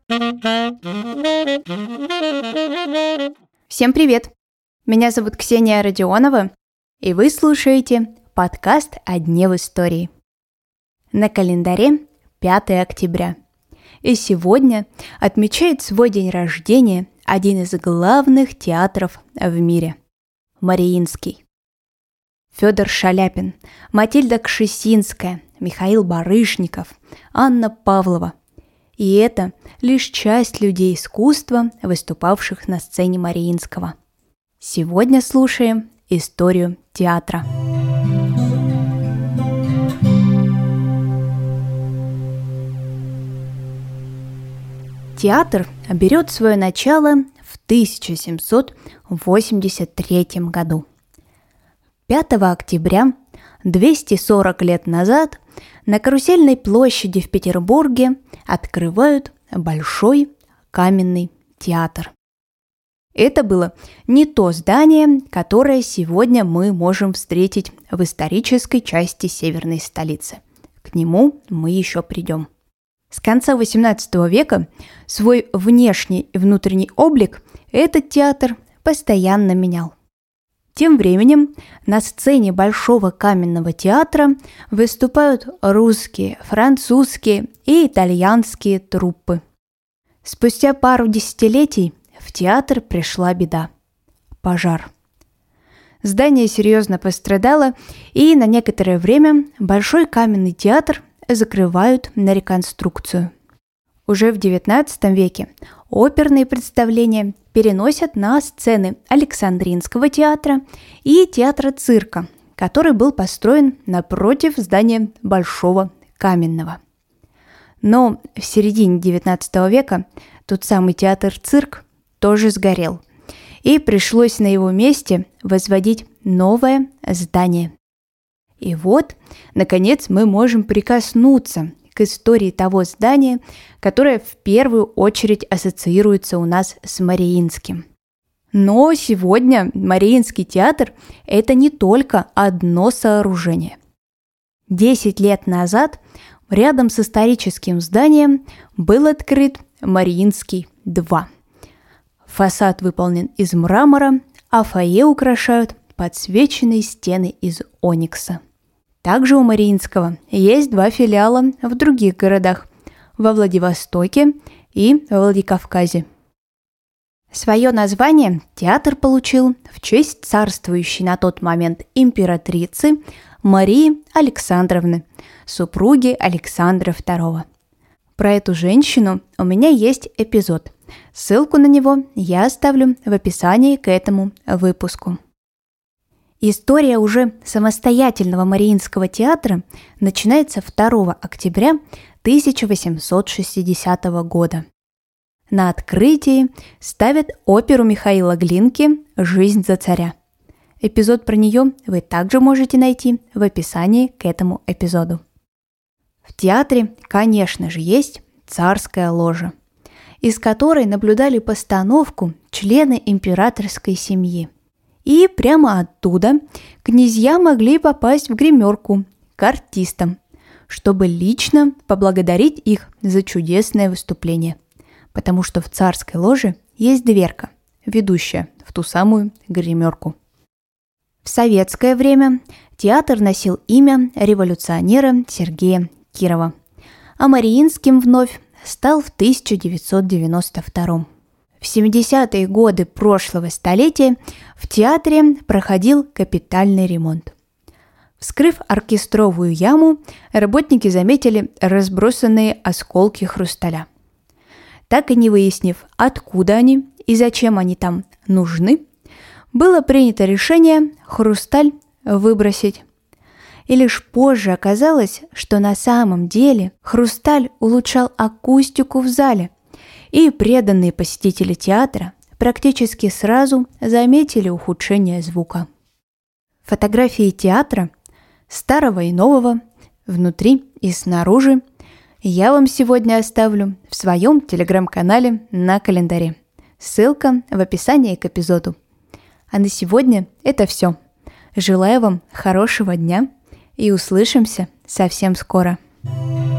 Всем привет! Меня зовут Ксения Родионова, и вы слушаете подкаст «О дне в истории». На календаре 5 октября, и сегодня отмечает свой день рождения один из главных театров в мире – Мариинский. Федор Шаляпин, Матильда Кшесинская, Михаил Барышников, Анна Павлова. И это лишь часть людей искусства, выступавших на сцене Мариинского. Сегодня слушаем историю театра. Театр берет свое начало в 1783 году. 5 октября, 240 лет назад, на Карусельной площади в Петербурге открывают Большой каменный театр. Это было не то здание, которое сегодня мы можем встретить в исторической части северной столицы. К нему мы еще придем. С конца XVIII века свой внешний и внутренний облик этот театр постоянно менял. Тем временем на сцене Большого каменного театра выступают русские, французские и итальянские труппы. Спустя пару десятилетий в театр пришла беда – пожар. Здание серьезно пострадало, и на некоторое время Большой каменный театр закрывают на реконструкцию. Уже в XIX веке оперные представления переносят на сцены Александринского театра и театра цирка, который был построен напротив здания Большого каменного. Но в середине XIX века тот самый театр-цирк тоже сгорел, и пришлось на его месте возводить новое здание. И вот, наконец, мы можем прикоснуться к истории того здания, которое в первую очередь ассоциируется у нас с Мариинским. Но сегодня Мариинский театр – это не только одно сооружение. 10 лет назад рядом с историческим зданием был открыт Мариинский-2. Фасад выполнен из мрамора, а фойе украшают подсвеченные стены из оникса. Также у Мариинского есть 2 филиала в других городах – во Владивостоке и Владикавказе. Свое название театр получил в честь царствующей на тот момент императрицы Марии Александровны, супруги Александра II. Про эту женщину у меня есть эпизод. Ссылку на него я оставлю в описании к этому выпуску. История уже самостоятельного Мариинского театра начинается 2 октября 1860 года. На открытии ставят оперу Михаила Глинки «Жизнь за царя». Эпизод про нее вы также можете найти в описании к этому эпизоду. В театре, конечно же, есть царская ложа, из которой наблюдали постановку члены императорской семьи. И прямо оттуда князья могли попасть в гримерку к артистам, чтобы лично поблагодарить их за чудесное выступление, потому что в царской ложе есть дверка, ведущая в ту самую гримерку. В советское время театр носил имя революционера Сергея Кирова, а Мариинским вновь стал в 1992. В 70-е годы прошлого столетия в театре проходил капитальный ремонт. Вскрыв оркестровую яму, работники заметили разбросанные осколки хрусталя. Так и не выяснив, откуда они и зачем они там нужны, было принято решение хрусталь выбросить. И лишь позже оказалось, что на самом деле хрусталь улучшал акустику в зале, и преданные посетители театра практически сразу заметили ухудшение звука. Фотографии театра, старого и нового, внутри и снаружи, я вам сегодня оставлю в своем телеграм-канале на календаре. Ссылка в описании к эпизоду. А на сегодня это все. Желаю вам хорошего дня и услышимся совсем скоро.